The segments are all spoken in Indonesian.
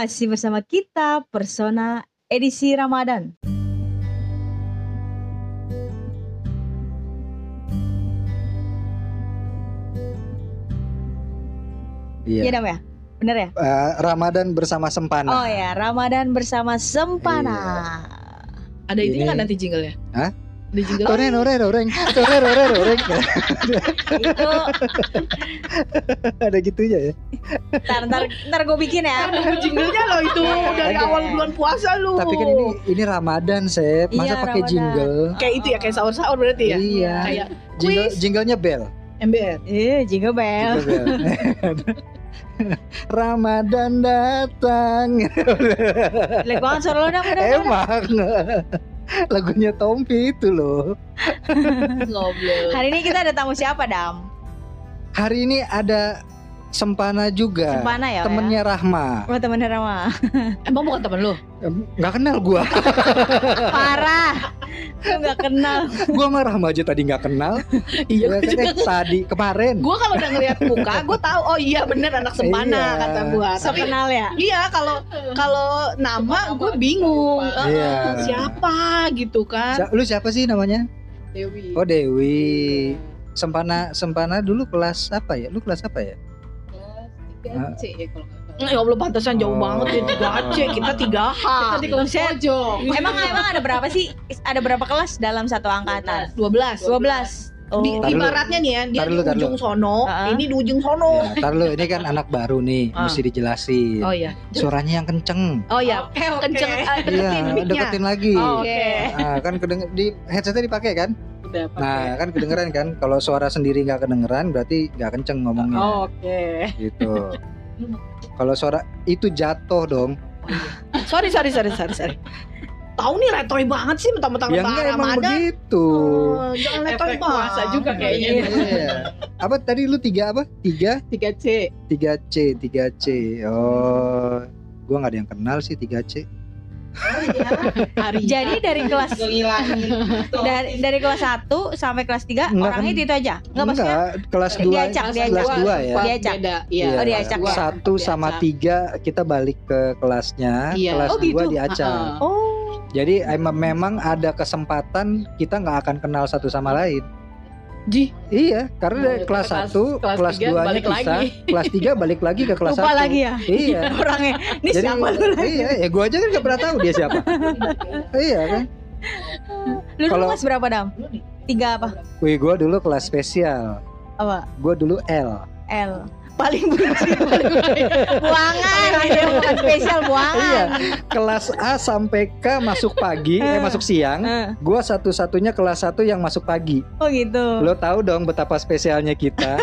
masih bersama kita Persona edisi Ramadan. Iya Dam ya? Bener ya? Ramadan bersama Sempana. Oh ya, Ramadan bersama Sempana. Iya. Ada itunya kan nanti jingle ya? Hah? Ada jingle. Oreng. Itu Ada gitunya ya. ntar gue bikin ya. Ada jinglenya loh itu dari Oke. awal bulan puasa lu. Tapi kan ini Ramadan, Sep. Masa Iya, pakai Ramadan. jingle? kayak itu ya, kayak sahur-sahur berarti ya? Iya. Kayak Jinglenya bel. MBR. Jingle bell. Jingle bel. Ramadan datang. Jelek banget suara lo Dam. Emang lagunya Tompi itu loh. Ngobrol. Hari ini kita ada tamu siapa Dam? Hari ini ada Sempana juga. Sempana ya? Temennya Rahma. Oh temennya Rama. Emang bukan temen lu? Nggak kenal gua. Parah. Lu gak kenal. Gua sama Rahma aja tadi nggak kenal. Iya. Tadi kemarin. Gue kalau udah ngeliat muka, gue tahu oh iya bener anak Sempana Iya. kata gue. So Tapi kenal ya? iya kalau nama gue bingung. Iya. Siapa gitu kan? Lu siapa sih namanya? Dewi. Oh Dewi. Sempana dulu kelas apa ya? Lu kelas apa ya? Kelas 3C ya kalau nggak salah. Ya Allah pantesan jauh Oh. banget ya 3C, kita 3H. Kita di kelas Buset. pojok. Emang ada berapa sih? Ada berapa kelas dalam satu angkatan? 12. 12. Oh. Di, Tar lu. ibaratnya nih ya, dia Tar di lu. ujung sono, ini di ujung sono. Ya, ntar lu, ini kan anak baru nih, Ah. mesti dijelasin. Oh iya. Suaranya yang kenceng. Oh iya, Oke. kenceng deketin Iya, mic-nya. deketin lagi. Oh, oke. Nah, kan di headsetnya dipakai kan? Udah pakai. Nah, kan kedengeran kan? Kalau suara sendiri nggak kedengeran, berarti nggak kenceng ngomongnya. Oh, oke. Gitu. Kalau suara itu jatuh dong. Sorry. Tahu nih letoy banget sih mentang-mentang Ya enggak, lebaran emang Ramadan. begitu. Jangan letoy Efek banget. puasa juga kayaknya. Iya. Apa tadi lu 3 apa? 3C. 3C. Oh, gua nggak ada yang kenal sih 3C. Hari Jadi dari kelas dari kelas 1 sampai kelas 3 Enggak, orangnya kan? itu aja. Enggak maksudnya Kelas 2. diacak. Kelas 2 ya. Diacak. Beda, iya. Oh, diacak ya? 1 sama 3 kita balik ke kelasnya. Iya. Kelas Oh, 2 gitu? diacak. Oh. Jadi memang ada kesempatan kita nggak akan kenal satu sama lain. Ji, Iya, karena dari Balik kelas ke 1, kelas kelas tiga 2-nya balik pisah, lagi. kelas 3 balik lagi ke kelas 1. Lupa lagi ya? Iya. Orangnya. Ini Jadi siapa lu lagi? iya, ya gua aja kan nggak pernah tahu dia siapa. Iya kan? Lu dulu Kalau- kelas berapa Dam? 3 apa? Wih, gua dulu kelas spesial. Apa? Gua dulu L. L. Paling benci. Buangan. Dia bukan spesial Iya, buangan. kelas A sampai K masuk pagi, masuk siang. Gua satu-satunya kelas 1 yang masuk pagi. Oh gitu. Lo tahu dong betapa spesialnya kita.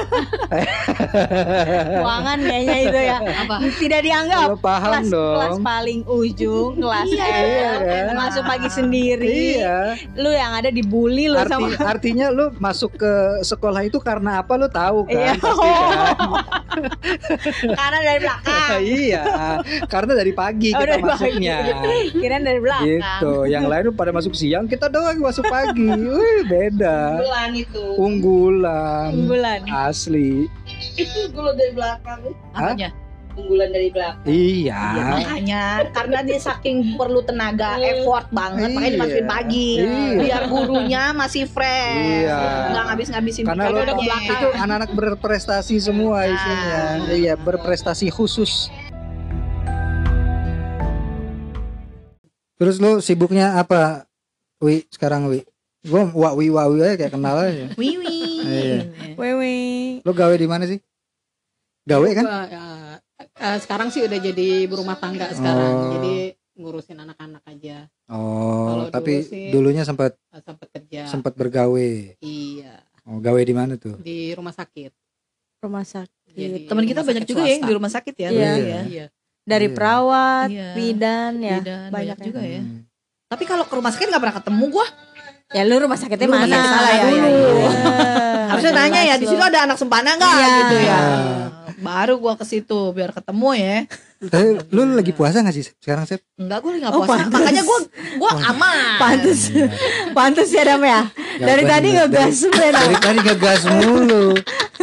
Buangan kayaknya itu ya. Apa? Tidak dianggap. Lo paham Kelas dong. paling ujung, kelas Iya, L, kan? masuk pagi sendiri. Iya. Lu yang ada dibully lu sama. Artinya lu masuk ke sekolah itu karena apa lu tahu kan? Iya. Pasti kan? Karena dari belakang. Iya, karena dari pagi Oh, kita dari pagi. masuknya. Kirain dari belakang. Gitu. Yang lain pada masuk siang, kita doang masuk pagi. Wih, beda. Bulan itu. Unggulan. Unggulan. Asli. Itu dulu dari belakang. apanya? Unggulan dari belakang. Iya. Ya, makanya karena dia saking perlu tenaga, effort banget, makanya dimasukin pagi. Iya. Biar gurunya masih fresh. Iya. Nggak ngabis-ngabisin Karena lo pikirnya. itu anak-anak berprestasi semua isinya. Iya, berprestasi khusus. Terus lo sibuknya apa? Wi, sekarang Wi. Gua wawi aja kayak kenal aja. Wiwi. Iya. Wewe. Lo gawe di mana sih? Gawe kan? Gua, sekarang sih udah jadi berumah tangga sekarang. Oh. Jadi ngurusin anak-anak aja. Oh, Kalau tapi dulu sih- dulunya sempat Sempat kerja. bergawe. Iya. Oh, gawe di mana tuh? Di rumah sakit. Rumah sakit. Jadi Teman kita rumah banyak sakit juga ya yang swasta. di rumah sakit ya. Iya. Iya. Iya. Dari Iya. perawat, Iya. bidan ya. Bidan, banyak banyak juga ya. Hmm. Tapi kalau ke rumah sakit nggak pernah ketemu gua. Ya lu rumah sakitnya Lu rumah mana? sakit salah ya, Dulu. iya. Harusnya nanya ya, di situ ada anak Sempana nggak Iya. gitu ya. Ah. Baru gua ke situ biar ketemu ya. Tapi lu lagi puasa gak sih sekarang, Sep? Enggak, gua lagi nggak Oh, puasa. pantes. Makanya gua aman. Pantes. Pantes ya Dam ya. Dari tadi ngegas Dari sebenarnya. tadi ngegas mulu.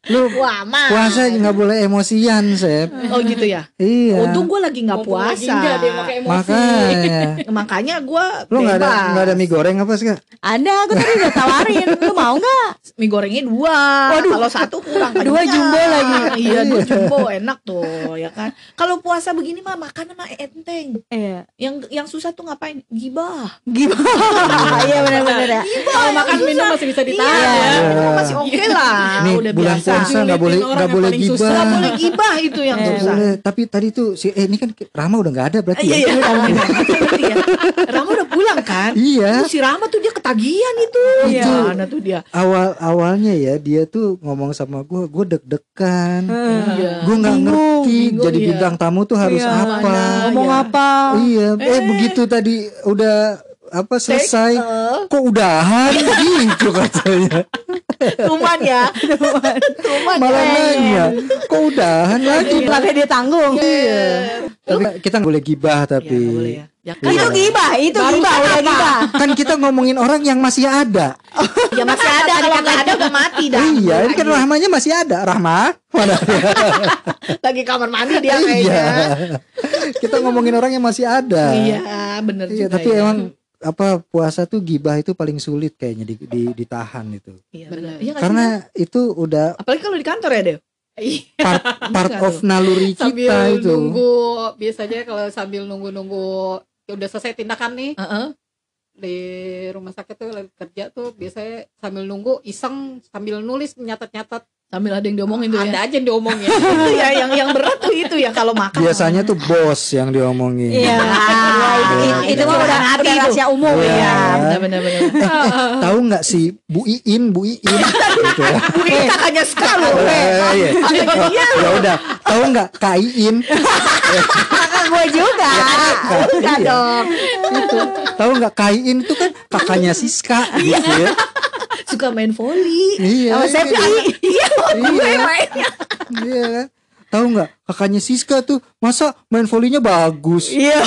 Lu Wah, aman. puasa nggak boleh emosian, Sep. Oh gitu ya. Iya. Untung gue lagi nggak Mumpung lagi puasa. enggak dia pakai emosi. Makanya. Makanya gue Lu nggak bebas. ada mie goreng apa sih, Kak? Ada, aku tadi udah tawarin. Lu mau nggak? Mie gorengnya 2. Waduh. Kalau 1 kurang. 2 jumbo lagi. Iya, 2 jumbo enak tuh, ya kan. Kalau puasa begini mah makan mah enteng. Iya. Yang susah tuh ngapain? Gibah. Gimana? Iya benar-benar ya. Kalau makan minum masih bisa ditahan Iya, ya. itu masih oke lah. Nih Udah bulan biasa. puasa nggak boleh Julitin orang yang paling gibah. susah. Nggak boleh gibah itu yang Nggak susah. boleh. Tapi tadi tuh ini kan Rama udah nggak ada berarti Iya, ya. iya. Rama udah pulang kan? Iya. Tuh, si Rama tuh dia ketagihan itu. Iya. Mana tuh dia? Awalnya ya dia tuh ngomong sama gue deg-degan. Iya. Gue nggak ngerti bingung, jadi iya. bintang tamu tuh harus Iya, apa. Ngomong Iya. apa? Iya, begitu tadi udah selesai, kok udahan gitu katanya. Tuman ya. Tuman Malah ya. nanya, kok udahan lagi? Makanya dia tanggung. Iya. Tapi kita nggak boleh gibah Iya, tapi. nggak boleh ya. Ya kan? Itu gibah, itu gibah, udah gibah. Kan kita ngomongin orang yang masih ada. Ya masih ada, kalau nggak ada udah mati dah. Iya, ini kan Rahmanya masih ada. Rahma, mana? Lagi kamar mandi dia Iya. kayaknya. Kita ngomongin orang yang masih ada. Iya, bener Iya, juga. tapi ya. emang puasa tuh gibah itu paling sulit kayaknya ditahan itu. Iya, Bener. bener. Iya nggak sih, Karena Mas? itu udah Apalagi kalau di kantor ya, Dew. part of naluri Sambil kita itu. nunggu, biasanya kalau sambil nunggu ya udah selesai tindakan nih Heeh. di rumah sakit tuh lagi kerja tuh biasanya sambil nunggu iseng sambil nulis nyatet-nyatet, Sambil ada yang diomongin tuh ya. ada aja yang diomongin. Itu ya yang berat tuh itu ya kalau makan. Biasanya tuh bos yang diomongin. Iya. Itu mah udah hati tuh. rahasia umum Iya. ya. Bener. Tahu nggak sih Bu Iin gitu ya. Mungkin kakaknya sekali. Iya. Ya udah, tahu nggak Kak Iin? Kakak gue juga. Enggak Iya. dong. Itu. Tahu nggak Kak Iin itu kan kakaknya Siska gitu ya. Suka main volley. Iya. Sama Septi. Iya, gue Iya. mainnya. Iya kan? Tahu nggak kakaknya Siska tuh masa main volinya bagus? Iya.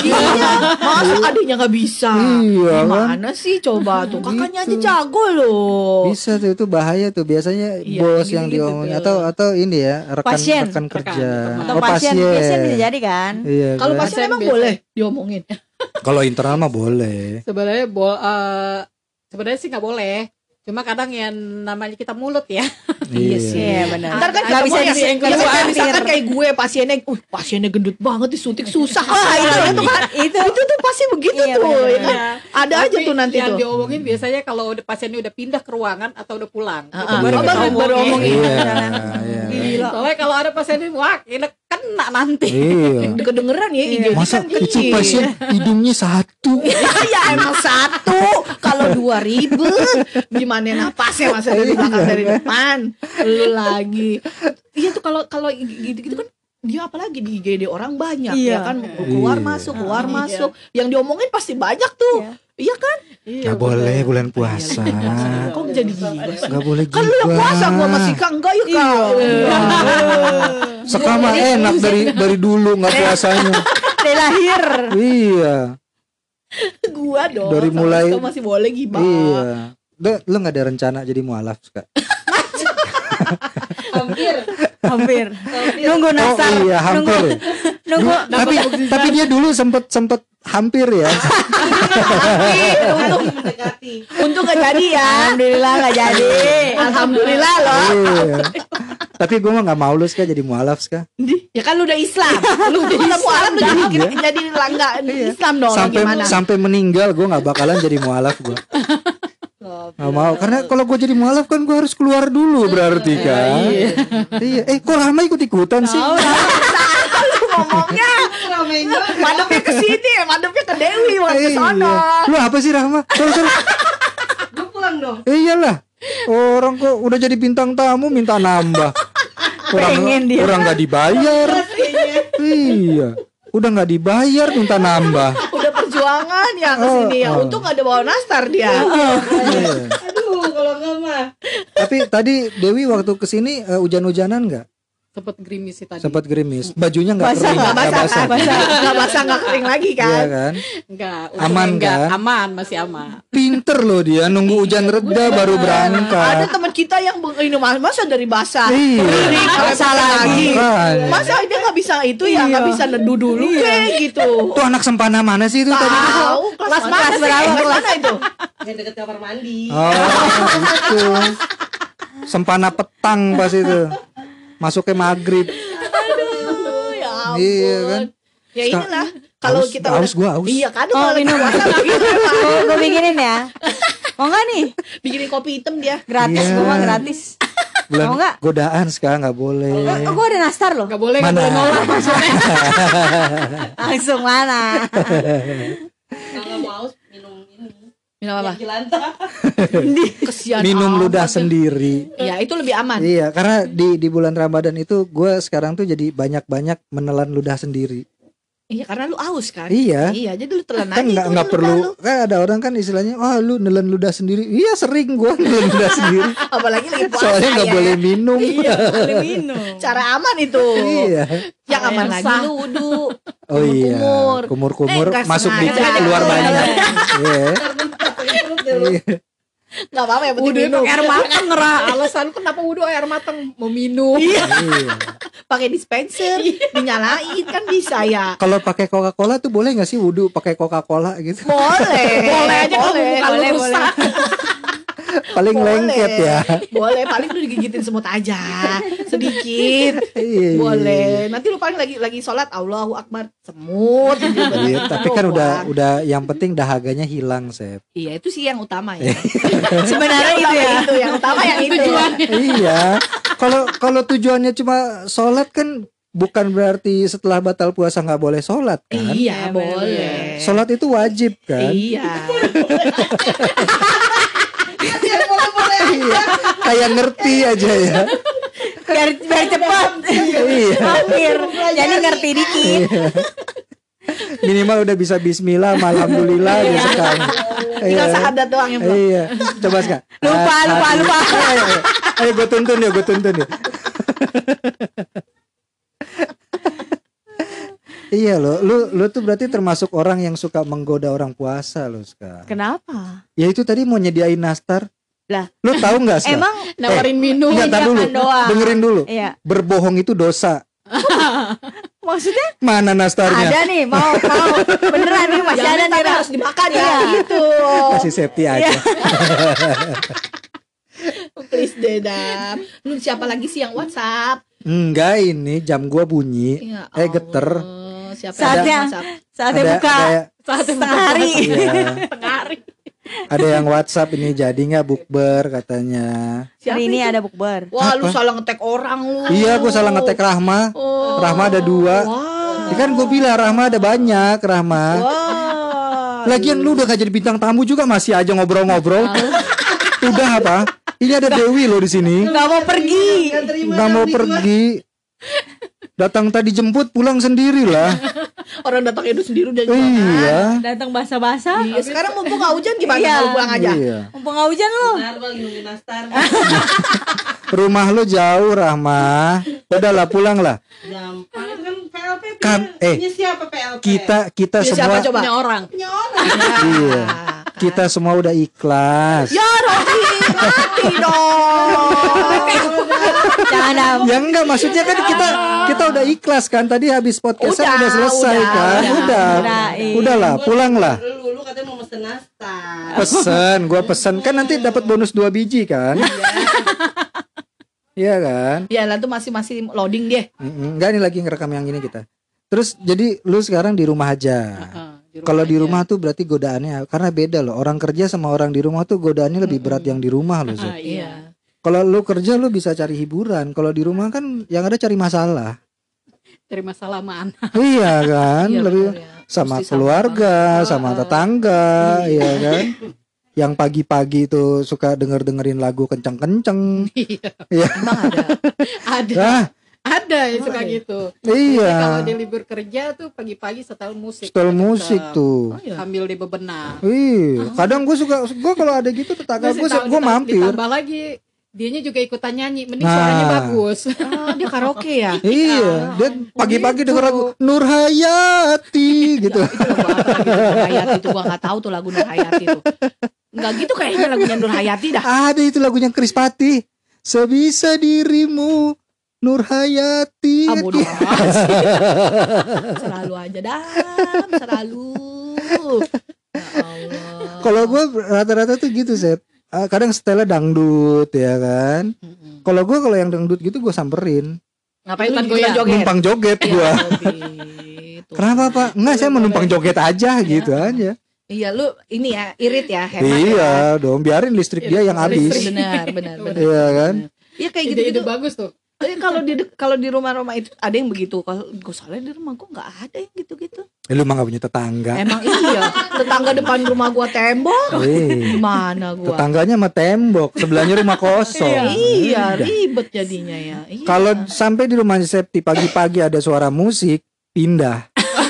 Masa adiknya nggak bisa? Iya, Gimana sih coba tuh? Kakaknya aja Gitu. jago loh. Bisa tuh, itu bahaya tuh biasanya Iya, bos gitu-gitu yang diomongin tuh. atau ini ya Pasien. rekan kerja. Atau Oh, pasien bisa jadi kan. Iya. Kalau kan? pasien emang Biasa. boleh diomongin. Kalau internal mah boleh. Sebenarnya sebenarnya sih nggak boleh, cuma kadang yang namanya kita mulut ya. Iya sih. Iya benar. Ntar kan Nggak bisa ketemu yang disinkron. misalkan kayak gue pasiennya gendut banget disuntik susah. Ah, itu kan itu tuh pasti begitu Iya, tuh benar-benar. ya kan. Ada aja Tapi tuh nanti yang tuh. diomongin biasanya kalau pasiennya udah pindah ke ruangan atau udah pulang. Itu Ah, baru ah. kita Baru omongin. Iya. Gila. Soalnya kalau ada pasien ini wah ini kena nanti. Iya. Kedengeran ya IG Masa kan itu kecil. pasien hidungnya satu. Ya emang satu. Kalau 2 ribet gimana napasnya masa dari belakang dari depan. Lu lagi. Iya tuh kalau gitu kan dia apalagi di IGD orang banyak Iya. ya kan keluar Iya. masuk keluar Iya. masuk yang diomongin pasti banyak tuh. Iya kan? Nggak boleh bulan puasa. Kok jadi gila sih? Nggak boleh Kan lu yang puasa gua masih Kak enggak yuk Kak. Sekarang mah enak dari dulu nggak puasanya. Dari lahir. Iya. Gua dong. Dari sama mulai- Rizka masih boleh gibah. Iya. Lu nggak ada rencana jadi mualaf, Kak? Hampir. Nunggu Oh nasar. iya, hampir. Nunggu. Tapi dia dulu sempet hampir ya. Untung gak jadi ya. Alhamdulillah nggak jadi. Alhamdulillah loh. Iya. Tapi gue mah nggak mau lu Ska jadi mualaf Ska. Ya kan lu udah Islam. Lu udah Islam lu jadi langga Islam dong gimana? Sampai meninggal gue nggak bakalan jadi mualaf gue. Nggak mau, karena kalau gue jadi mualaf kan gue harus keluar dulu berarti kan. Iya. Kok Rahma ikut-ikutan sih? Ngomongnya madepnya ke sini, madepnya ke Dewi, bukan ke sono. Lu apa sih Rahma? Sorry. Gue pulang dong. Iyalah. Orang kok udah jadi bintang tamu minta nambah. Pengen dia. Orang nggak dibayar. Iya. Udah nggak dibayar minta nambah. Udah perjuangan ya ke sini ya. Untung gak ada bawa nastar dia. Iya. Aduh, kalau enggak mah. Tapi tadi Dewi waktu kesini hujan-hujanan nggak? Sempet gerimis sih tadi. Sempat gerimis. Bajunya nggak Basah, kering, nggak nggak basah. Nggak basah nggak kering lagi Iya kan. kan? Enggak, Aman kan? Aman, masih aman. Pinter loh dia nunggu hujan reda baru Ada berangkat. teman kita yang ini masa dari basah Iya. kering basah lagi. Makanya. Masa dia nggak bisa itu ya nggak bisa neduh dulu kayak gitu. Tuh anak sempana mana sih itu tadi? Tahu kelas mana sih? berapa? Kelas mana itu? Yang deket kamar mandi. Oh, itu. Sempana petang pas itu. Masuknya maghrib. Aduh, ya ampun. Iya kan? Ya inilah kalau kita Haus gua haus. Iya kan Oh, kalau minum. puasa begitu emang. Gue bikinin ya. Mau nggak nih? Bikinin kopi hitam dia. Gratis, Iya. gue mah gratis. Bulan Mau nggak? godaan sekarang nggak boleh. Oh, gue ada nastar loh. Enggak boleh, enggak Mana? boleh nolak maksudnya. Langsung mana? Kalau mau haus minum ini. Minum apa? Jelantah. Kesian Minum amat. ludah sendiri. Ya itu lebih aman. Iya, karena di bulan Ramadan itu gue sekarang tuh jadi banyak menelan ludah sendiri. Iya karena lu aus kan. Iya. Iya jadi lu telan Kan aja nggak itu perlu. ludah lu. Kan ada orang kan istilahnya, wah lu nelen ludah sendiri. Iya sering gue nelen ludah sendiri. Apalagi lagi puasa Soalnya nggak ya. boleh minum. Iya, boleh minum. Cara aman itu. Iya. Yang aman Yang lagi sah. lu wudu. Oh iya. Kumur-kumur. Kumur-kumur nggak masuk sengaja. dikit keluar banyak. Iya. Iya. Enggak apa-apa ya penting Wudhu minum. air matang ngerah. Alasan lu kenapa wudhu air matang? Mau minum. Iya. Pakai dispenser, dinyalain kan bisa ya. Kalau pakai Coca-Cola tuh boleh nggak sih wudhu pakai Coca-Cola gitu? Boleh. Boleh aja kalau boleh. muka lu rusak. Paling Boleh. lengket ya. Boleh, paling lu digigitin semut aja. Sedikit. Iya. Boleh. Nanti lu paling lagi sholat Allahu Akbar semut. Iya, tapi kan udah yang penting dahaganya hilang, Sep. Iya, itu sih yang utama ya. Sebenarnya itu ya. Itu yang utama yang itu. Iya. Kalau tujuannya cuma sholat kan bukan berarti setelah batal puasa nggak boleh sholat kan? Iya, boleh. Sholat itu wajib kan? Iya. Iya. Kayak ngerti aja ya. Biar cepat. Iya. Hampir. Jadi ngerti dikit. Minimal udah bisa bismillah, alhamdulillah gitu sekarang. Tinggal syahadat doang yang belum. Iya. Coba sekarang. Lupa. Ayo gue tuntun ya. Iya loh, lu tuh berarti termasuk orang yang suka menggoda orang puasa lo sekarang. Kenapa? Ya itu tadi mau nyediain nastar. Lah. Lu tahu nggak sih? Emang Nawarin minum. Enggak, tar dulu. jangan doang. Dengerin dulu. Iya. Berbohong itu dosa. Maksudnya Mana nastarnya? ada nih, mau beneran nih masih Jangan ada nih. tapi Ra. harus dimakan ya. Iya. Gitu. Masih safety aja. Please deh, Dam. Lu siapa lagi sih yang WhatsApp? Enggak, ini jam gua bunyi. Ya Geter. Allah, siapa Saatnya. yang WhatsApp? Saatnya buka setengah hari. Iya. Ada yang WhatsApp ini jadi nggak bukber katanya. Siapa Hari ini itu? ada bukber. Wah, lu Apa? salah ngetek orang lu. Iya, gua salah ngetek Rahma. Oh. Rahma ada 2. Wah. Ya kan gue bilang Rahma ada banyak Rahma. Wah. Lagian lu udah gak jadi bintang tamu juga masih aja ngobrol-ngobrol. Udah apa? Ini ada Dewi loh di sini. Nggak mau pergi. Nggak mau pergi. Datang tadi jemput pulang sendiri lah. Orang datang itu sendiri udah juga. Iya. Datang basah-basah. Iya, sekarang mumpung nggak hujan gimana Iya. kalau pulang aja? Iya. Mumpung nggak hujan lo. Ntar bang nungguin nastar. Rumah lu jauh Rahma. Udahlah pulang lah. Gampang itu kan PLP. Kan, Punya siapa PLP? Kita Dia semua siapa coba? Punya orang. Punya orang. iya. Kita semua udah ikhlas. Ya Robi, mati dong. Jangan Dam. Ya enggak, maksudnya kan kita udah ikhlas kan. Tadi habis podcastan udah selesai kan. Udah. Udahlah, pulang lah. Lu katanya mau mesen nastar. Gua pesen kan nanti dapat bonus 2 biji kan? Iya kan? Ya lah tuh masih loading dia. Enggak, ini lagi ngerekam yang ini kita. Terus jadi lu sekarang di rumah aja. Kalau di rumah tuh berarti godaannya karena beda loh. Orang kerja sama orang di rumah tuh godaannya lebih berat yang di rumah loh. Zul. Iya. Kalau lu kerja lu bisa cari hiburan. Kalau di rumah kan yang ada cari masalah. Dari masalah sama anak. Iya kan? Iya, Lebih benar ya. sama Mesti keluarga, sama tetangga, iya kan? Yang pagi-pagi tuh suka denger-dengerin lagu kenceng-kenceng. Iya. Emang ada. Ada. Ah, Ada yang suka gitu. iya. Kalau di libur kerja tuh pagi-pagi setel musik. Setel musik tuh. Oh, iya. Sambil di bebenah. Kadang gue kalau ada gitu tetangga gue mampir. Ditambah lagi Dianya juga ikutan nyanyi, mending Nah. suaranya bagus. Oh, dia karaoke ya? Iya, dia pagi-pagi denger lagu Nur Hayati gitu. Itu lagu apa lagi tuh, Nur Hayati itu gua nggak tahu tuh lagu Nur Hayati tuh. Enggak gitu kayaknya lagunya Nur Hayati dah. Ada itu lagunya Chris Patti. Sebisa dirimu Nur Hayati. Ah bodoh amat sih. Selalu aja dah, selalu. Ya Allah. Kalau gue rata-rata tuh gitu, Sep. Kadang setelnya dangdut ya kan. Kalau yang dangdut gitu gue samperin. Ngapain lu Ikutan ikutan goyang? joget? Numpang joget Ya, gue. gitu. Kenapa Pak? Enggak, saya mau numpang joget aja gitu aja. Iya, lu ini ya irit ya, hemat ya. Iya dong, biarin listrik dia yang habis. Benar. Iya kan? Iya kayak Ide-ide gitu-gitu. bagus tuh. Kalau di rumah-rumah itu ada yang begitu. Kalau gue soalnya di rumah gue nggak ada yang gitu-gitu. Lu mah gak punya tetangga. Emang iya, tetangga depan rumah gue tembok. Wih, Gimana gue? tetangganya sama tembok, sebelahnya rumah kosong. Iya, ribet jadinya ya. Iya. Kalau sampai di rumahnya Septi pagi-pagi ada suara musik, pindah.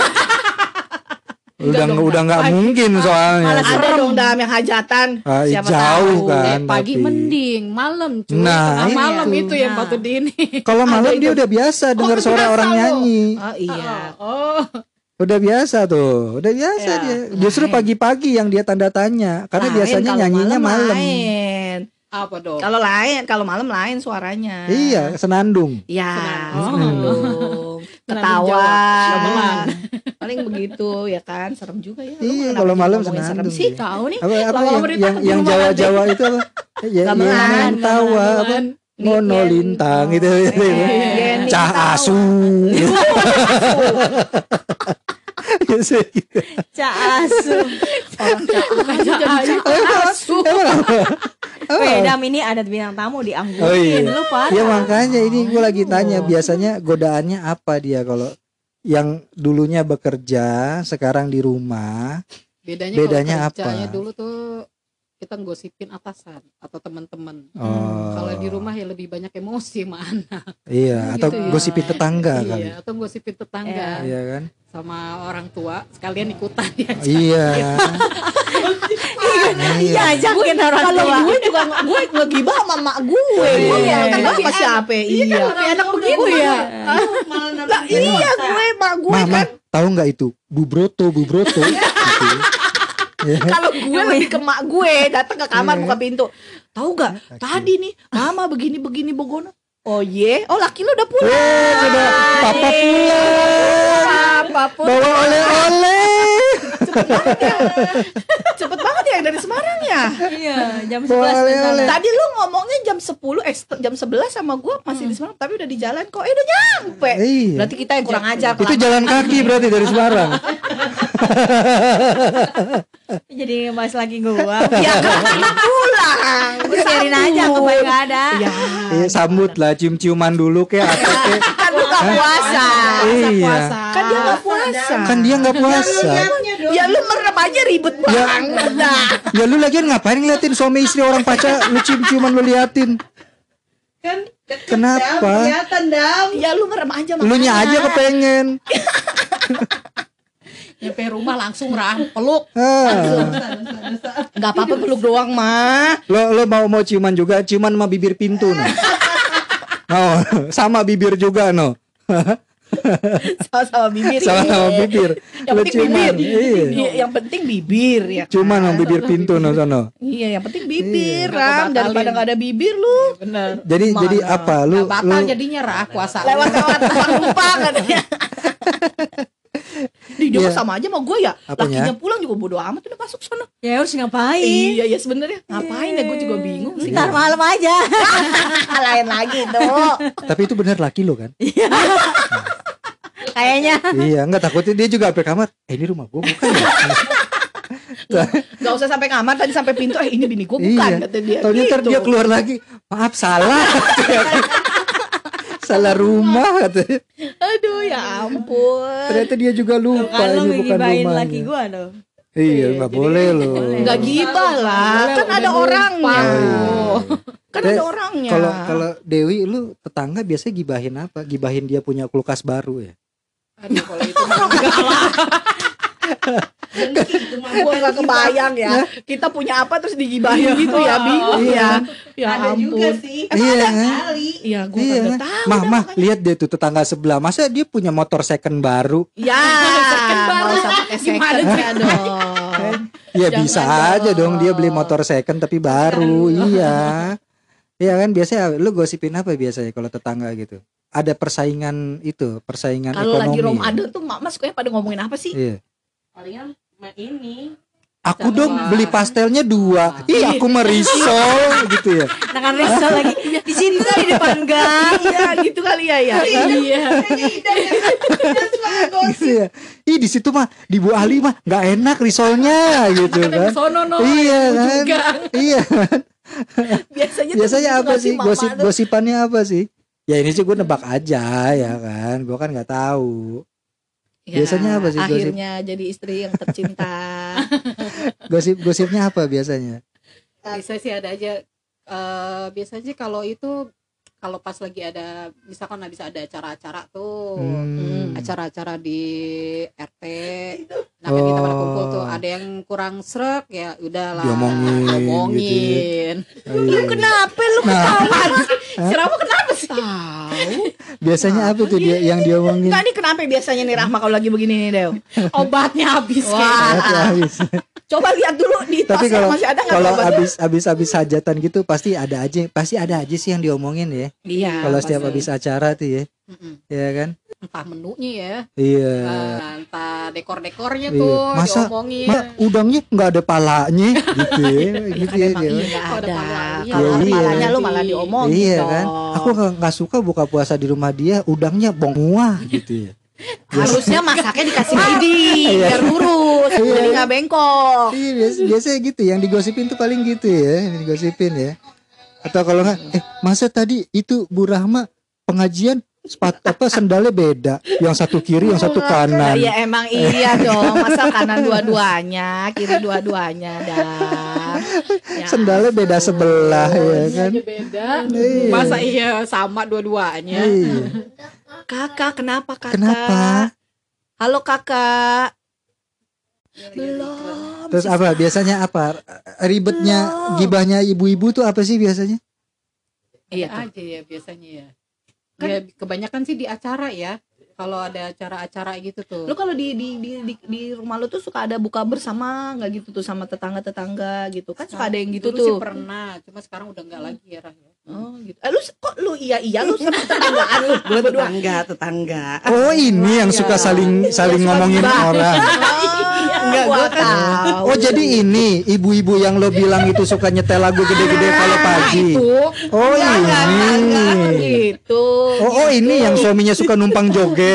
Udah nggak mungkin soalnya. malah ada dong dalam yang hajatan. Siapa jauh tahu. kan. Pagi tapi. mending, malam cuy. Nah, Tengah malam iya. itu yang Nah. patut di ini. Kalau malam Ada dia itu. udah biasa dengar udah suara biasa orang loh. nyanyi. Oh iya. Oh, Udah biasa tuh, udah biasa Ya, dia. Justru main. pagi-pagi yang dia tanda tanya, karena Lain biasanya kalau nyanyinya malam. Lain. apa dong? Kalau malam lain suaranya. Iya, senandung. Ya, Senandung. ketawa. Jawa, gamelan. Paling begitu ya kan, serem juga ya. Lu Iya, kenapa kalau jadi malam ngomongin serem senandung sih. dia. Tahu nih. Apa Lama-lama yang ditanggung Jawa-Jawa itu apa? Ya, Gamelan, yang tawa apa? Ngono lintang gitu. Cah asu. Biasa gitu. Cak asu. Orang jadi asu. Wedam ini adat bintang tamu Oh dianggurin iya. lu parah. Ya makanya ini gue lagi tanya, biasanya godaannya apa dia kalau yang dulunya bekerja sekarang di rumah? Bedanya kalau kerjanya apa? dulu tuh kita ngosipin atasan atau teman-teman. Oh. Kalau di rumah ya lebih banyak emosi mana. Iya, atau Gitu ya. gosipin tetangga kali. Iya, atau ngosipin tetangga Iya kan? sama orang tua sekalian ikutan ya. Iya. Iya, ajakin orang Kalau tua. gue juga gue ngegibah sama mak gue. Iya. Gue ngegibah sama siapa? Iya. Lebih enak begitu ya. Lah iya gue mak gue Mama, kan. tahu nggak itu? Bubroto gitu. Kalau gue lebih ke mak gue datang ke kamar Iya. buka pintu. Tahu gak? Tadi nih mama begini bogono. Oh ye, oh laki lu udah pulang. Sudah papa pulang. Papa pulang. Bawa oleh-oleh. Cepet banget ya dari Semarang ya. Iya, jam Bawa 11 oleh-oleh. Tadi lu ngomongnya jam 10 jam 11 sama gue masih di Semarang tapi udah di jalan kok. Udah nyampe. Iya. Berarti kita yang kurang ajar. Itu jalan kaki berarti dari Semarang. Jadi ngebahas lagi gua. Ya kan kita pulang. Gue sharing aja kebanyakan gak ada. Ya. Iya, sambut lah, cium-ciuman dulu kayak atau kayak. Kan lu gak puasa. Iya. Kan dia gak puasa. Kan dia nggak puasa. Ya lu merem aja ribet banget dah. Ya lu lagian ngapain ngeliatin suami istri orang pacar, lu cium-ciuman lu liatin. Kenapa? Ya lu merem aja Lu nya aja kepengen. Nyampe rumah langsung peluk. Gak apa-apa peluk doang mah. Lo mau ciuman juga, ciuman sama bibir pintu no. Oh, sama bibir juga no. Sama-sama bibir. Sama bibir. Yang Lo penting ciuman. bibir. Iya. Iya, yang penting bibir ya. kan? Ciuman sama bibir pintu no sono. Iya, yang penting bibir, Iya. Ram. Batalin. Daripada gak ada bibir lu. Bener. Jadi apa lu? Gak batal lu jadinya puasa. Lewat-lewat numpang katanya. Di dia Iya. sama aja sama gue ya. Apanya? Lakinya pulang juga bodo amat udah masuk sana. Ya harus ngapain? Iya, ya sebenarnya ngapain ya gue juga bingung sih. Ntar malam aja. Lain lagi tuh. Tapi itu benar laki lo kan? Kayaknya. Iya, enggak takutnya dia juga sampai kamar. Ini rumah gua bukan ya? Gak usah sampai kamar, tadi sampai pintu. Ini bini gue bukan Iya. kata dia. Taunya ntar Gitu. dia keluar lagi. Maaf salah. Salah rumah katanya. Aduh ya ampun. Ternyata dia juga lupa Kalau ini bukan ngegibahin rumahnya. laki gua tuh. Iya, nggak boleh loh. Gak gibah lah, kan Udah ada lupa. orangnya. Oh, Kan Teh, ada orangnya. Kalau Dewi lu tetangga biasanya gibahin apa? Gibahin dia punya kulkas baru ya? Aduh kalau itu mah enggak lah. Gua nggak kebayang ya. Kita punya apa terus digibahin gitu ya, bingung ya. Ya Ada juga ampun. sih. Emang ada? Kali. Iya, gua Iya, kagak tahu. mah dah mah makanya. lihat dia tuh tetangga sebelah, masa dia punya motor second baru? Ya, nggak usah pakai second ya dong. Ya Jangan bisa dong. aja dong dia beli motor second tapi baru. Iya. Iya kan biasanya lu gosipin apa biasanya kalau tetangga gitu? Ada persaingan itu, persaingan Kalau ekonomi. lagi Ramadan tuh mama sukanya pada ngomongin apa sih? Iya. Palingan ini. Aku dong beli pastelnya 2. Ih, aku merisol gitu ya. Dengan risol lagi di sini tuh di depan gang. Iya, gitu kali ya ya. Iya. Gitu ya. Ih, di situ mah di Bu Ali mah nggak enak risolnya gitu kan. Sono no. Iya kan? Iya. Biasanya Biasanya tuh apa gitu sih? mama tuh. Gosipannya apa sih? Ya ini sih gue nebak aja ya kan. Gue kan nggak tahu. Ya, Biasanya apa sih gosip? akhirnya jadi istri yang tercinta. Gosipnya apa biasanya? Bisa sih ada aja. Biasanya sih kalau itu kalau pas lagi ada misalkan habis ada acara-acara tuh acara-acara di RT, nah kan kita pada kumpul tuh ada yang kurang srek ya udahlah Diomongin, gitu ya. Lu kenapa lu ketahuan? Si Rama kenapa sih? Tahu. Biasanya apa tuh dia yang diomongin? Enggak nih kenapa biasanya nih Rahma kalau lagi begini nih, Dew? obatnya habis Wah. Hati habis. Coba lihat dulu di Tapi tasnya kalau masih ada nggak kalau obatnya? habis hajatan gitu pasti ada aja sih yang diomongin ya. Iya. Kalau setiap pasti. habis acara tuh ya. Mm-mm. Iya kan? entah menunya ya, Iya. entah dekor-dekornya Iya. tuh Masa diomongin. udangnya nggak ada palanya gitu ya. Gitu ya. Emang dia. iya nggak Kalau ada ada. palanya. Kalau Iya, palanya iya. lu malah diomongin Iya dong. kan? Aku nggak suka buka puasa di rumah dia, udangnya bongwah gitu ya. Harusnya masaknya dikasih lidi Iya. biar lurus, Iya. jadi nggak bengkok. Iya biasanya gitu, yang digosipin tuh paling gitu ya, yang digosipin ya. Atau kalau nggak, masa tadi itu Bu Rahma pengajian sendalnya beda, yang satu kiri, yang satu kanan. Ya emang iya dong, masa kanan dua-duanya, kiri dua-duanya dah. Ya Sendalnya beda sebelah ya Ini kan. aja beda. Iya. Masa iya sama dua-duanya. Iya. Kakak, kenapa kakak? Kenapa? Halo kakak. Belum. Terus apa? Biasanya apa? Ribetnya, gibahnya ibu-ibu tuh apa sih biasanya? Iya tuh. Aja ya biasanya ya. Ya kebanyakan sih di acara ya. Kalau ada acara-acara gitu tuh. Lu kalau di rumah lu tuh suka ada buka bersama nggak gitu tuh sama tetangga-tetangga gitu kan suka ada yang gitu Dulu tuh. sih pernah, cuma sekarang udah enggak lagi ya Rah. Oh gitu. Lu kok lu iya lu sama tetanggaan lu Gue berdua. tetangga. Oh ini yang suka saling ngomongin orang. Enggak gua tahu. Oh jadi ini ibu-ibu yang lo bilang itu suka nyetel lagu gede-gede kalau pagi. Oh Enggak ini. gitu. Oh ini yang suaminya suka numpang joget.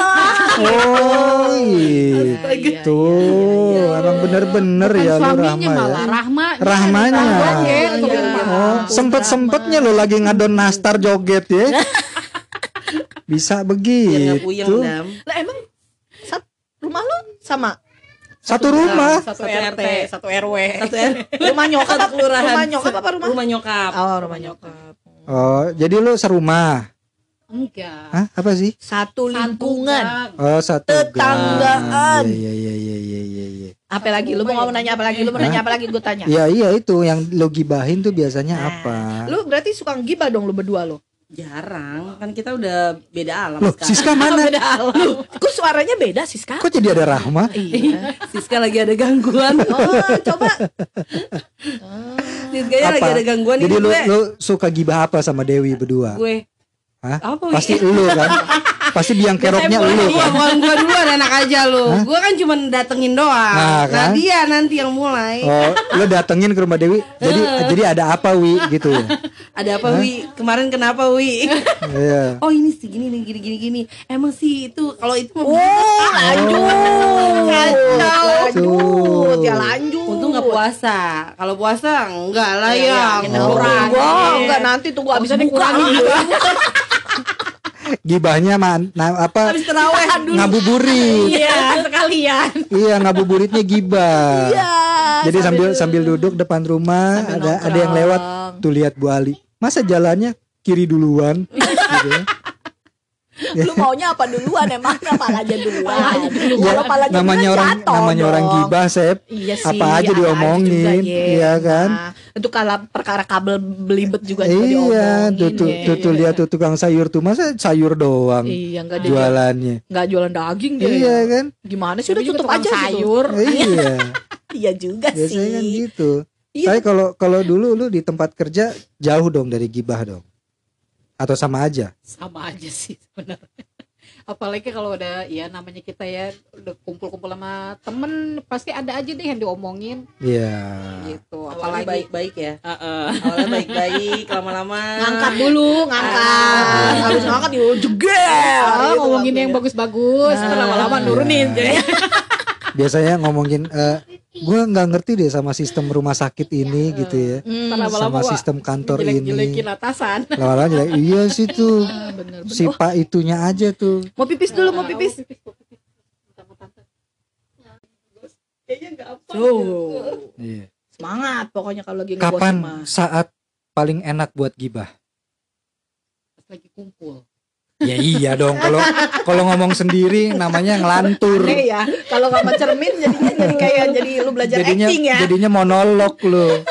Oh gitu. Emang bener-bener ya lu Rahma ya. malah Rahmanya. Joget ke Iya. rumah. Oh sempet-sempetnya lo lagi ngadon nastar joget ya. Bisa Biar nggak puyeng, begitu. Dam. Lah emang rumah lu sama Satu rumah. Satu Satu RT, RT. satu RW. Satu ya. rumah nyokap apa kelurahan. rumah nyokap apa rumah? Rumah nyokap. Oh, rumah nyokap. Oh jadi lo serumah. Enggak. Hah apa sih? Satu lingkungan. Oh satu Tetanggaan. gang. Iya. Apa lagi? Lu mau nanya apa lagi? Lu mau nanya apa lagi? Gue tanya. Iya itu yang lo gibahin tuh biasanya Nah, apa? Lu berarti suka gibah dong lu berdua lo. Jarang. Kan kita udah beda alam Loh sekarang. Siska mana? Kok suaranya beda sih, Kak? Kok jadi ada Rahma? Iya. Siska lagi ada gangguan. Oh, coba. Siskanya lagi ada gangguan Jadi ini gue. lu suka gibah apa sama Dewi berdua? Gue. Hah? Apa Pasti lu kan? Pasti biang keroknya lu Iya, kan? bukan gue duluan enak aja lu. Gue kan cuma datengin doang. Nah, Nah, kan? dia nanti yang mulai. Oh, lu datengin ke rumah Dewi. Jadi ada apa Wi gitu ya? Ada apa Wi? Kemarin kenapa Wi? Iya. Oh ini sih gini nih gini. Emang sih itu kalau itu mah Lanjut. Ya lanjut. untung nggak puasa. Kalau puasa enggak lah ya. Wah, enggak nanti tunggu abis buka. Gibahnya apa? Habis terawih Ngabuburit. Iya, sekalian. Iya, ngabuburitnya gibah. Iya. Jadi sambil duduk depan rumah ada yang lewat tuh lihat Bu Ali. Masa jalannya kiri duluan gitu ya. Lu maunya apa duluan emangnya palanya duluan. Kalau palanya namanya duluan orang jatuh namanya orang dong. gibah, Sep. Iya sih, Apa aja ada diomongin, juga, Ye. iya kan? Nah, itu kalau perkara kabel belibet juga Iya, diomongin. tuh lihat tuh tukang sayur tuh, masa sayur doang Iya, enggak jualannya. enggak jualan daging dia. Iya kan? Gimana sih, udah Juga tutup tukang aja gitu. sayur. Iya. Iya juga Biasanya kan sih. gitu. Iya. Tapi kalau dulu lu di tempat kerja jauh dong dari gibah dong. Atau sama aja? Sama aja sih sebenarnya. Apalagi kalau udah ya namanya kita ya udah kumpul-kumpul sama temen, pasti ada aja deh yang diomongin Iya. gitu. Apalagi Apalagi baik-baik ya. Awalnya baik-baik, lama-lama Ngangkat dulu, ngangkat. Habis ngangkat jeger. ngomongin yang bagus-bagus, terus lama-lama Iya. nurunin jadi. Biasanya ngomongin gue nggak ngerti deh sama sistem rumah sakit ini gitu ya. Lama-lama Sama sistem kantor ini. jelek-jelekin atasan. Lama-lama jelek. Iya sih tuh. Bener. Si Pak itunya aja tuh. Mau pipis dulu, mau pipis. Tuh. Iya. Semangat pokoknya kalau lagi ngegosip Kapan mah. saat paling enak buat gibah? Pas lagi kumpul. Ya iya dong, kalau ngomong sendiri namanya ngelantur. Aneh ya, kalau nggak mencermin jadinya jadi kayak jadi lu belajar acting ya. Jadinya monolog lu.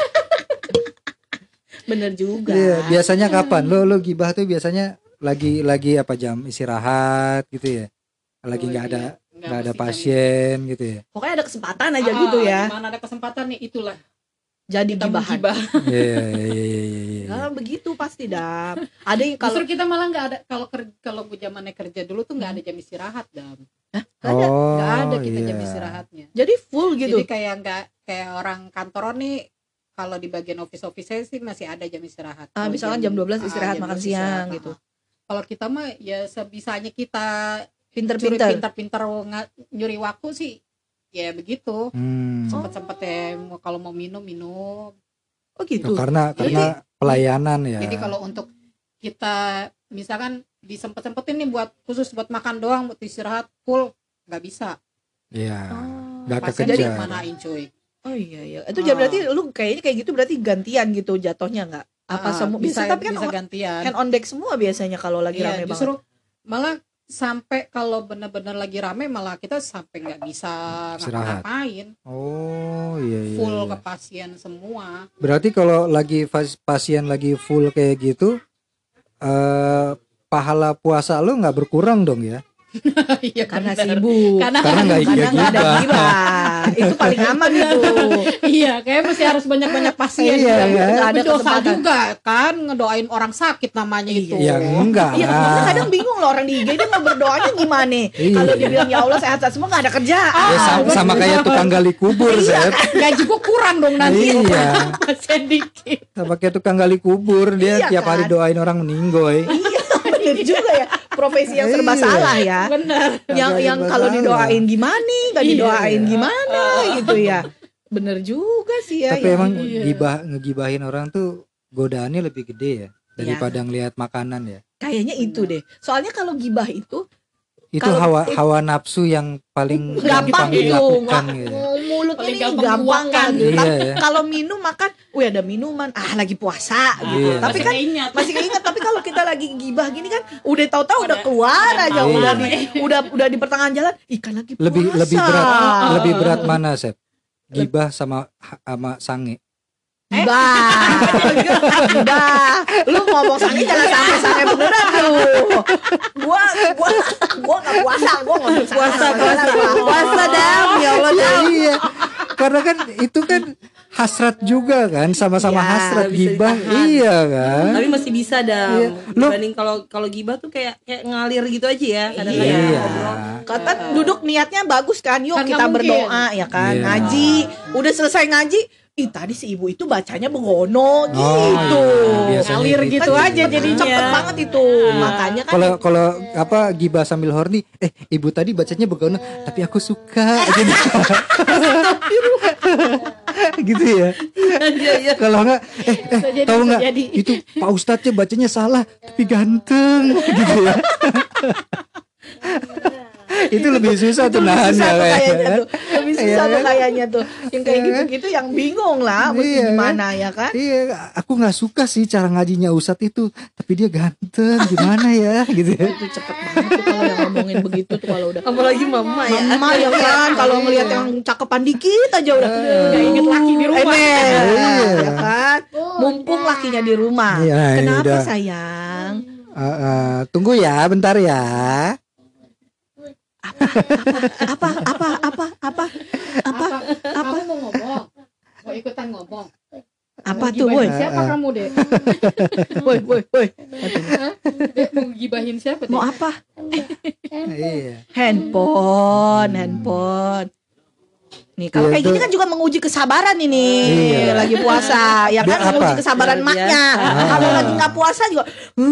Bener juga. Iya, biasanya kapan? Lu gibah tuh biasanya lagi apa jam istirahat gitu ya. Lagi nggak ada pasien gitu ya. Pokoknya ada kesempatan aja gitu ya. Mana ada kesempatan nih itulah. Jadi Kita gibahan. menggibah. Iya. Nah, begitu pasti dah. Ada yang kalau Justru kita malah nggak ada kalau gue zamannya kerja dulu tuh nggak ada jam istirahat Dam. ada. Oh, Nggak ada kita iya. jam istirahatnya. Jadi full gitu. Jadi kayak nggak kayak orang kantoran nih, kalau di bagian office sih masih ada jam istirahat. Kalau Misalkan jam 12 istirahat jam makan 12 siang istirahat. gitu. Kalau kita mah ya sebisanya kita Pinter-pinter. pintar-pintar nyuri waktu sih. Ya begitu. Sempet-sempet ya kalau mau minum. Oh gitu. Karena pelayanan ya. Jadi kalau untuk kita misalkan disempet-sempetin nih khusus buat makan doang, buat istirahat full nggak bisa. Iya. Oh. Nggak Pasien kekejar. dimanain cuy. Oh iya. Itu jadi berarti lu kayaknya kayak gitu berarti gantian gitu jatuhnya nggak? Apa semua bisa tapi kan bisa gantian. hand on deck semua biasanya kalau lagi Iya, rame justru banget. malah sampai kalau benar-benar lagi rame malah kita sampai nggak bisa Istirahat. ngapa-ngapain, Oh iya. full iya. ke pasien semua. Berarti kalau lagi pasien lagi full kayak gitu, pahala puasa lu nggak berkurang dong ya? Iya Karena benar. sibuk. Karena nggak Karena nggak ada gibah. gibah. Itu paling aman itu. Iya, kayak masih harus banyak-banyak pasien. Iya, juga. kan? Nggak ada Berdoa kesempatan. juga kan ngedoain orang sakit namanya itu. Ya enggak. Iya, makanya kadang bingung loh orang di IG dia mau berdoanya gimana. Iya. Kalau dibilang ya Allah sehat-sehat semua nggak ada kerjaan. Ya, sama kayak tukang gali kubur, Sep. Gaji gua kurang dong nanti. Iya. Pasien dikit. Sama kayak tukang gali kubur, dia Iya, tiap hari kan? doain orang meninggoy. Iya, bener juga ya. Profesi yang serba Iya. salah ya. Bener. Yang Serba kalau salah. didoain gimana, nggak Iya. didoain gimana gitu ya. Bener juga sih ya. Tapi ya. emang Iya. ngegibahin orang tuh godaannya lebih gede ya daripada ngelihat makanan ya. Kayaknya itu deh. Soalnya kalau gibah itu Itu Kalau- hawa nafsu yang paling gampang itu, dilakukan gitu. mulutnya Paling ini gampang gampang dibuangkan. kan. Iya, Tapi ya. kalau minum makan, wih ada minuman, lagi puasa gitu. Iya. Tapi kan ingat. masih keinget. Tapi kalau kita lagi gibah gini kan, udah tahu-tahu udah keluar udah aja, tahu. udah di pertengahan jalan, ikan lagi puasa. Lebih berat mana, Sep? Gibah sama sange. Gibah. Lu ngomong sange jangan sampai sange beneran lu. Gua nggak puasa, gua ngomong puasa Dam, ya Allah Ya, Dam. iya. Karena kan itu kan hasrat juga kan, sama-sama Iya, hasrat bisa gibah. ditahan. Iya kan? Tapi masih bisa Iya. Lu- dibanding kalau gibah tuh kayak ngalir gitu aja ya kadang-kadang Iya. ngobrol. Kata duduk niatnya bagus kan, yuk Kan kita nggak mungkin. berdoa ya kan, Iya. ngaji. Udah selesai ngaji, tadi si ibu itu bacanya begono gitu. iya. Biasanya Ngalir gitu Kan aja jadinya. cepet banget itu. Makanya kan Kalau gibah sambil horny, ibu tadi bacanya begono, tapi aku suka gitu. Gitu ya. Kalau enggak jadi, tahu bisa enggak jadi. itu Pak Ustadznya bacanya salah tapi ganteng gitu ya. Itu lebih susah tuh Lebih nahannya susah tuh kayaknya kayaknya. tuh. Lebih susah Iya tuh kan? kayaknya tuh. Yang kayak gitu-gitu yang bingung lah mesti Iya kan? gimana ya kan. Iya, aku nggak suka sih cara ngajinya Ustadz itu, tapi dia ganteng, gimana ya gitu ya. Itu cepet banget tuh kalau yang ngomongin begitu tuh kalau udah Apalagi mama ya. Mama ya kan kalau ngelihat yang cakepan dikit aja udah inget laki di rumah. Iya. Ya kan? Mumpung lakinya di rumah. Iya, ini Kenapa udah. sayang? Tunggu ya, bentar ya. Apa? Kamu mau ngomong? Mau ikutan ngomong? Apa Mau tuh, gibahin woi? Siapa kamu, Dek? Woi. Dek mau gibahin siapa, Dek? Mau apa? Iya. Handphone. Nih kalau Iya, kayak gini tuh. kan juga menguji kesabaran ini. Iya. Lagi puasa, ya Dia kan menguji apa? kesabaran Iya, maknya. Ah. Kalau lagi nggak puasa juga,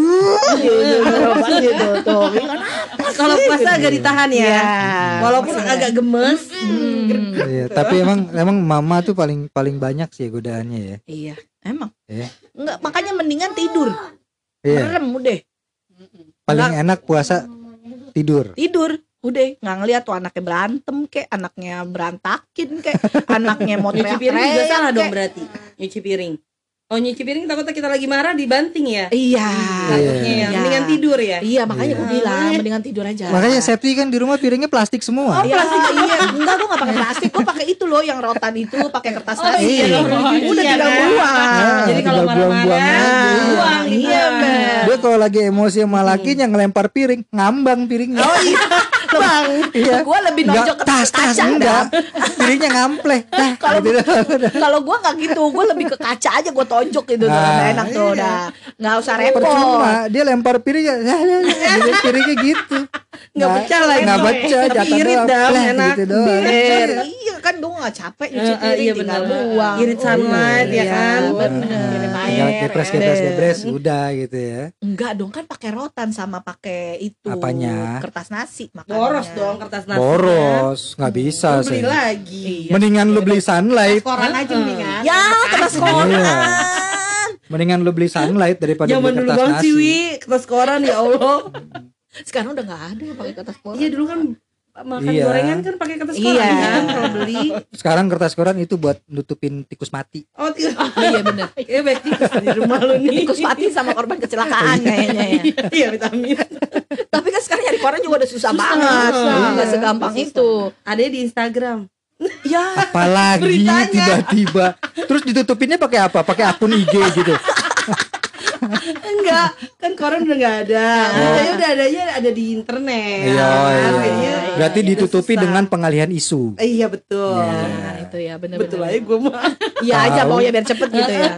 gitu tuh. Kalau puasa agak ditahan ya. Iya. Walaupun agak gemes. Iya, tapi emang mama tuh paling banyak sih godaannya ya. Iya, emang. Iya. Enggak, makanya mendingan tidur. Iya. Merem udah. Paling enak puasa tidur. Tidur. Udah, nggak ngeliat tuh anaknya berantem kek, anaknya berantakin kek, anaknya mau Nyuci piring juga teriak-teriak salah dong kek. berarti. Nyuci piring. Oh, nyuci piring takutnya kita lagi marah dibanting ya. Iya. Takutnya ya. Iya. Mendingan tidur ya. Iya, makanya gue Iya. bilang mendingan tidur aja. Makanya Septi kan di rumah piringnya plastik semua. Iya, iya. Enggak, gue gak pakai plastik, gue pakai itu loh yang rotan itu, pakai kertas nasi. iya. Udah Iya, tinggal kan? buang. Jadi kalau tinggal buang-buang marah-marah aja. buang gitu. Iya, bener. Dia kalau lagi emosi sama lakinya ngelempar piring, ngambang piringnya. Oh iya, bang. Iya. Gue lebih nonjok ke tas kaca enggak. dah. Piringnya ngampleh. Dah, Kalau gitu dah. kalau gue nggak gitu, gue lebih ke kaca aja, gue tonjok gitu, tuh. Nah, Udah enak tuh, iya. udah nggak usah repot. Percuma, dia lempar piringnya. Jadi piringnya gitu. Nggak pecah lagi. Nggak pecah, Tapi jatuh irit doang. dah, Pleh, enak. gitu doang. Iya kan, gue nggak capek nyuci piring, Iya tinggal benar. buang. Irit sunlight ya Iya, kan. bener. Tinggal kepres, udah gitu ya. Enggak dong, kan pakai rotan sama pakai itu Apanya? kertas nasi makanya. Boros dong kertas nasi. Boros, nggak bisa Lu beli sih. lagi. Mendingan lu beli sunlight. Koran aja mendingan. Ya, kertas koran. Iya. Mendingan lu beli sunlight daripada Zaman beli dulu kertas banget sih, nasi. Wi, kertas koran ya Allah. Sekarang udah nggak ada yang pakai kertas koran. Iya dulu kan makan Iya. gorengan kan pakai kertas koran Iya. kan kalau beli. Sekarang kertas koran itu buat nutupin tikus mati. Oh, Iya bener. Kayak baik tikus di rumah lu nih. Tikus mati sama korban kecelakaan kayaknya ya. Iya, vitamin. Tapi kan sekarang nyari koran juga udah susah banget. Susah. Nggak segampang itu. Ada di Instagram. Ya, Apalagi Beritanya. tiba-tiba. Terus ditutupinnya pakai apa? Pakai akun IG gitu. Enggak, kan koran udah enggak ada. Saya udah adanya ada di internet. Iya, Kayaknya iya. Berarti udah ditutupi susah. dengan pengalihan isu. Iya betul. nah, itu ya bener-bener. Betul aja gue mah. Iya aja Tahu. mau ya biar cepet gitu ya.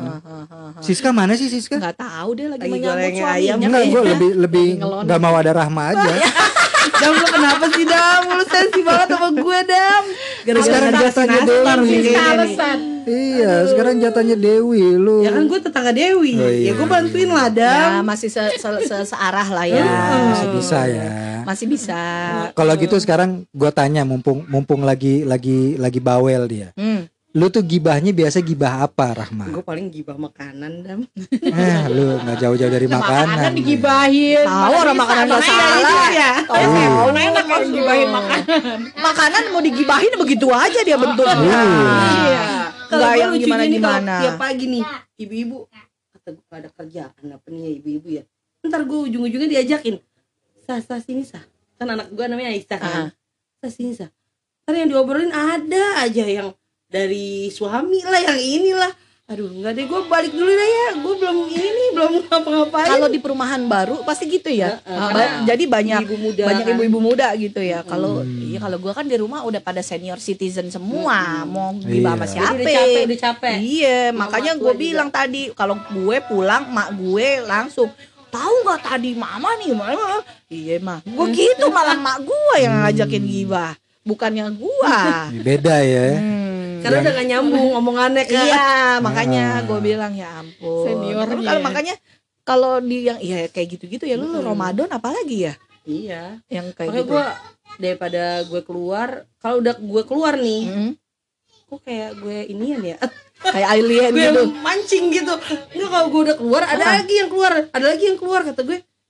Siska mana sih Siska? Nggak tahu deh lagi Lagi menyambut goreng suaminya. ayam. Enggak, gue lebih ngelon. nggak mau ada Rahma aja. Dam, lu kenapa sih Dam? Lu sensi banget sama gue Dam. Sekarang jatahnya Dewi. Alasan. Iya, sekarang jatahnya Dewi lu. Ya kan gue tetangga Dewi. Oh, iya. Ya gue bantuin lah Ya, Dam. masih searah lah ya. Masih bisa ya. Masih bisa. Kalau gitu sekarang gue tanya, mumpung lagi bawel dia. Lu tuh gibahnya biasa gibah apa, Rahma? Gue paling gibah makanan Dam. Lu nggak jauh-jauh dari makanan. Makanan digibahin. Tahu orang makanan nggak salah. Ya. Tahu Enak kalau gibahin makanan. makanan mau digibahin begitu aja dia bentuknya. Iya. Kalau Nggak gue yang lucunya nih kalau gimana-gimana. tiap pagi nih ibu-ibu kata gue pada kerjaan apa nih ya ibu-ibu ya. Ntar gue ujung-ujungnya diajakin. Sah sini sah. Kan anak gue namanya Aisyah kan. Sah sini sah. Ntar yang diobrolin ada aja yang dari suami lah, yang inilah. Aduh enggak deh, gue balik dulu deh ya. Gue belum ngapa-ngapain. Kalau di perumahan baru pasti gitu ya. Jadi banyak ibu muda banyak kan. ibu-ibu muda gitu ya. Kalau iya kalau gua kan di rumah udah pada senior citizen semua. Mau gimana sama Iya. siapa? Jadi udah capek. Iya, makanya tua gue juga. bilang tadi kalau gue pulang mak gue langsung tahu nggak tadi mama nih mama. Iya mah. Gue gitu malah mak gue yang ngajakin gibah, bukannya gua. Beda ya. Karena udah gak nyambung omongannya kan. Iya, makanya gue bilang ya ampun. Seniornya Tapi kalau ya. makanya kalau di yang iya kayak gitu-gitu ya lu Ramadan apalagi ya Iya. yang kayak Makanya gitu. gue daripada gue keluar, kalau udah gue keluar nih, Mm. kok kayak gue inian ya. Kayak alien Gue gitu. mancing gitu. Enggak, kalau gue udah keluar ada lagi yang keluar, ada lagi yang keluar kata gue.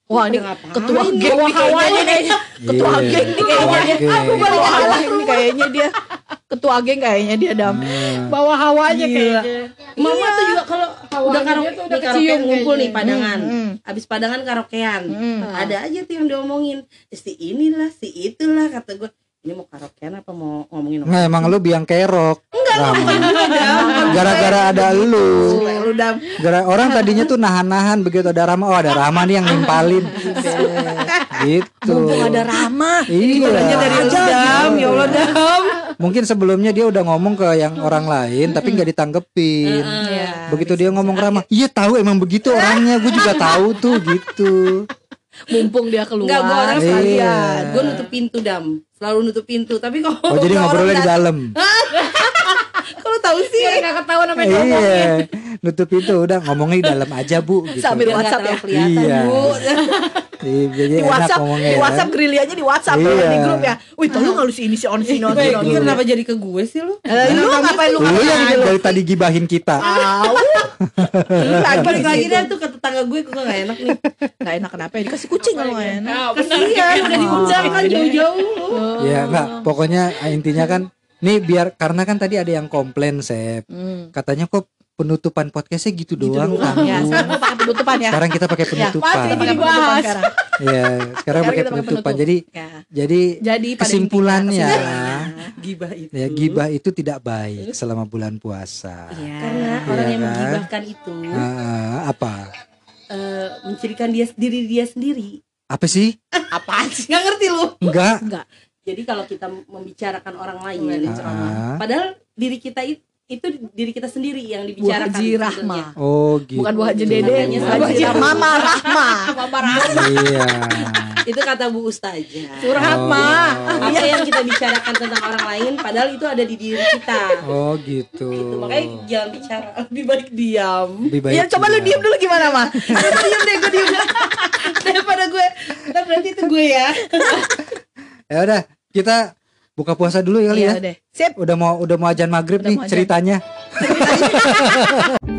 Wah, ini Udah ngapain ketua nih? geng nih kayaknya nih. Ketua Iya. geng nih kayaknya dia. Geng. Ketua geng nih kayaknya dia. Ketua geng kayaknya dia, Dam. Nah, Bawa hawanya Gila. kayaknya. Mama tuh juga kalau udah Hawanya karaoke dia tuh udah nih, karaoke kecium ngumpul nih kayaknya. padangan. Hmm. Abis padangan karaokean. Hmm. Ada aja tuh yang diomongin. Si inilah, si itulah, kata gue. Ini mau karaokean apa mau ngomongin Nah emang lu biang kerok. Rama. bukan gue, Dam. Gara-gara ada lu. Lu, Dam. Orang tadinya tuh nahan-nahan, begitu ada Rama, oh ada Rama nih yang nimpalin. Gitu. Mumpung ada Rama. Iya. Dari lu, Dam. Ya Allah, Dam. Mungkin sebelumnya dia udah ngomong ke yang orang lain tapi nggak ditanggepin. Iya. Begitu dia ngomong ke Rama, iya tahu emang begitu orangnya, gue juga tahu tuh gitu. Mumpung dia keluar. Enggak, gue orang Iya. sekalian. Gue nutup pintu, Dam. Selalu nutup pintu. Tapi kalau Oh jadi ngobrolnya di dalam. kalau tahu sih. Biar nggak ketahuan apa yang ngomongin. Iya, nutup pintu udah ngomongnya di dalam aja bu. Gitu. Sambil Biar nggak WhatsApp terlalu ya? kelihatan, Iya. Bu. Jadi Di enak WhatsApp, ngomongnya. di ya. WhatsApp gerilyanya di WhatsApp Iya. di grup ya. Wih, tolong nggak lu si ini si on si non si non. Ini kenapa jadi ke gue sih lu? Lu ngapain lu Lu yang ngapain lu? dari tadi gibahin kita. Tahu. Balik lagi deh tuh ke tetangga gue, kok gak enak nih. Nggak enak kenapa ya? Dikasih kucing kalau nggak enak. Ah, benar. Kasian udah diundang kan jauh-jauh. Ya enggak, pokoknya intinya kan nih biar karena kan tadi ada yang komplain Sep. Katanya kok penutupan podcastnya gitu doang tangguh. Ya, sekarang kita pakai penutupan ya. Sekarang kita pakai Ya, penutupan. pasti pakai penutupan dibahas. sekarang. Ya, sekarang pakai kita pakai penutupan. penutup. Jadi Ya. jadi pada kesimpulannya intinya, Gibah itu. ya gibah itu tidak baik selama bulan puasa. Iya. Karena orang yang kan? menggibahkan itu Apa? mencirikan diri dia sendiri. Apa sih? Apaan sih? Nggak ngerti lu. Enggak. Enggak. Jadi kalau kita membicarakan orang lain, Ah. padahal diri kita itu diri kita sendiri yang Buah dibicarakan. Haji sebenarnya. Rahma. Oh gitu. Bukan buah Haji Dede, Makanya buah Haji sengaja. Mama Rahma. Mama Rahma. Iya. Itu kata Bu Ustazah. Curhat Oh. mah. Apa yang kita bicarakan tentang orang lain, padahal itu ada di diri kita. Oh gitu. Gitu. Makanya jangan bicara, lebih baik diam. Lebih baik Ya coba lu diem dulu gimana mah? Diam deh, gue diam. Daripada gue, nah berarti itu gue ya. Ya udah, kita buka puasa dulu ya kali Iya ya. deh. Sip. Udah mau azan maghrib Udah nih mau azan. ceritanya.